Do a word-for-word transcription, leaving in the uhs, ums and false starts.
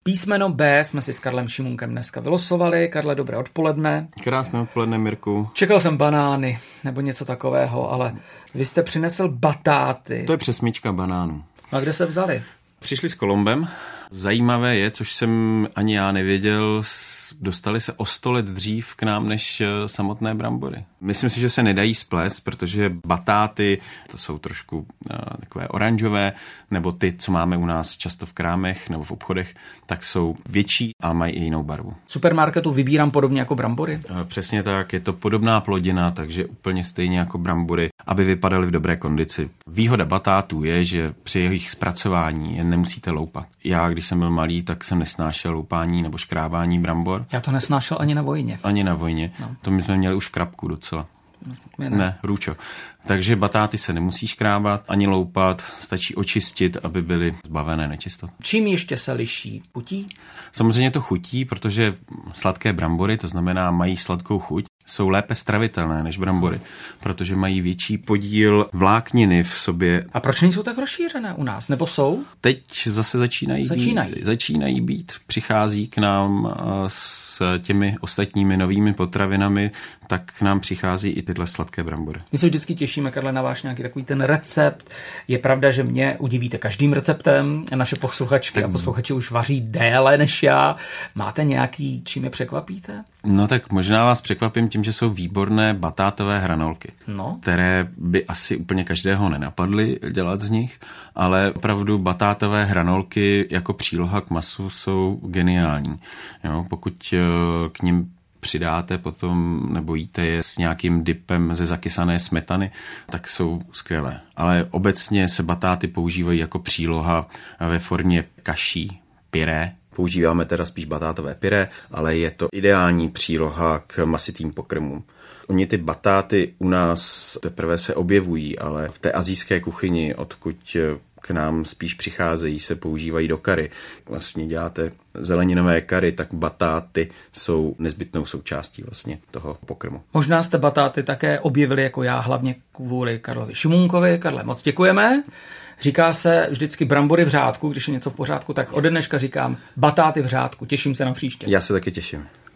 Písmeno B jsme si s Karlem Šimunkem dneska vylosovali. Karle, dobré odpoledne. Krásné odpoledne, Mirku. Čekal jsem banány nebo něco takového, ale vy jste přinesl batáty. To je přesmička banánů. A kde se vzali? Přišli s Kolumbem. Zajímavé je, což jsem ani já nevěděl, dostali se o sto let dřív k nám než samotné brambory. Myslím si, že se nedají splést, protože batáty, to jsou trošku uh, takové oranžové, nebo ty, co máme u nás často v krámech nebo v obchodech, tak jsou větší a mají i jinou barvu. V supermarketu vybírám podobně jako brambory? Uh, přesně tak, je to podobná plodina, takže úplně stejně jako brambory, aby vypadaly v dobré kondici. Výhoda batátů je, že při jejich zpracování je nemusíte loupat. Já, když jsem byl malý, tak jsem nesnášel loupání nebo škrábání brambor. Já to nesnášel ani na vojně. Ani na vojně. No. To my jsme měli už krapku docela. No, ne. ne, růčo. Takže batáty se nemusí škrábat, ani loupat, stačí očistit, aby byly zbavené nečistot. Čím ještě se liší? Chutí? Samozřejmě to chutí, protože sladké brambory, to znamená mají sladkou chuť, jsou lépe stravitelné než brambory, protože mají větší podíl vlákniny v sobě. A proč nejsou tak rozšířené u nás? Nebo jsou? Teď zase začínají, začínají. být. Začínají být. Přichází k nám s těmi ostatními novými potravinami, tak k nám přichází i tyhle sladké brambory. My se vždycky těšíme, Karle, na váš nějaký takový ten recept. Je pravda, že mě udivíte každým receptem. Naše posluchačky tak... a posluchači už vaří déle než já. Máte nějaký, čím je překvapíte? No tak možná vás překvapím tím, že jsou výborné batátové hranolky, no. které by asi úplně každého nenapadly dělat z nich, ale opravdu batátové hranolky jako příloha k masu jsou geniální. Jo, pokud k nim přidáte potom nebo jíte je s nějakým dipem ze zakysané smetany, tak jsou skvělé. Ale obecně se batáty používají jako příloha ve formě kaší, pyré. Používáme teda spíš batátové pyré, ale je to ideální příloha k masitým pokrmům. Oni ty batáty u nás teprve se objevují, ale v té asijské kuchyni, odkud k nám spíš přicházejí, se používají do kary. Vlastně děláte zeleninové kary, tak batáty jsou nezbytnou součástí vlastně toho pokrmu. Možná jste batáty také objevili jako já, hlavně kvůli Karlovi Šimunkovi. Karle, moc děkujeme. Říká se vždycky brambory v řádku, když je něco v pořádku, tak ode dneška říkám batáty v řádku. Těším se na příště. Já se taky těším.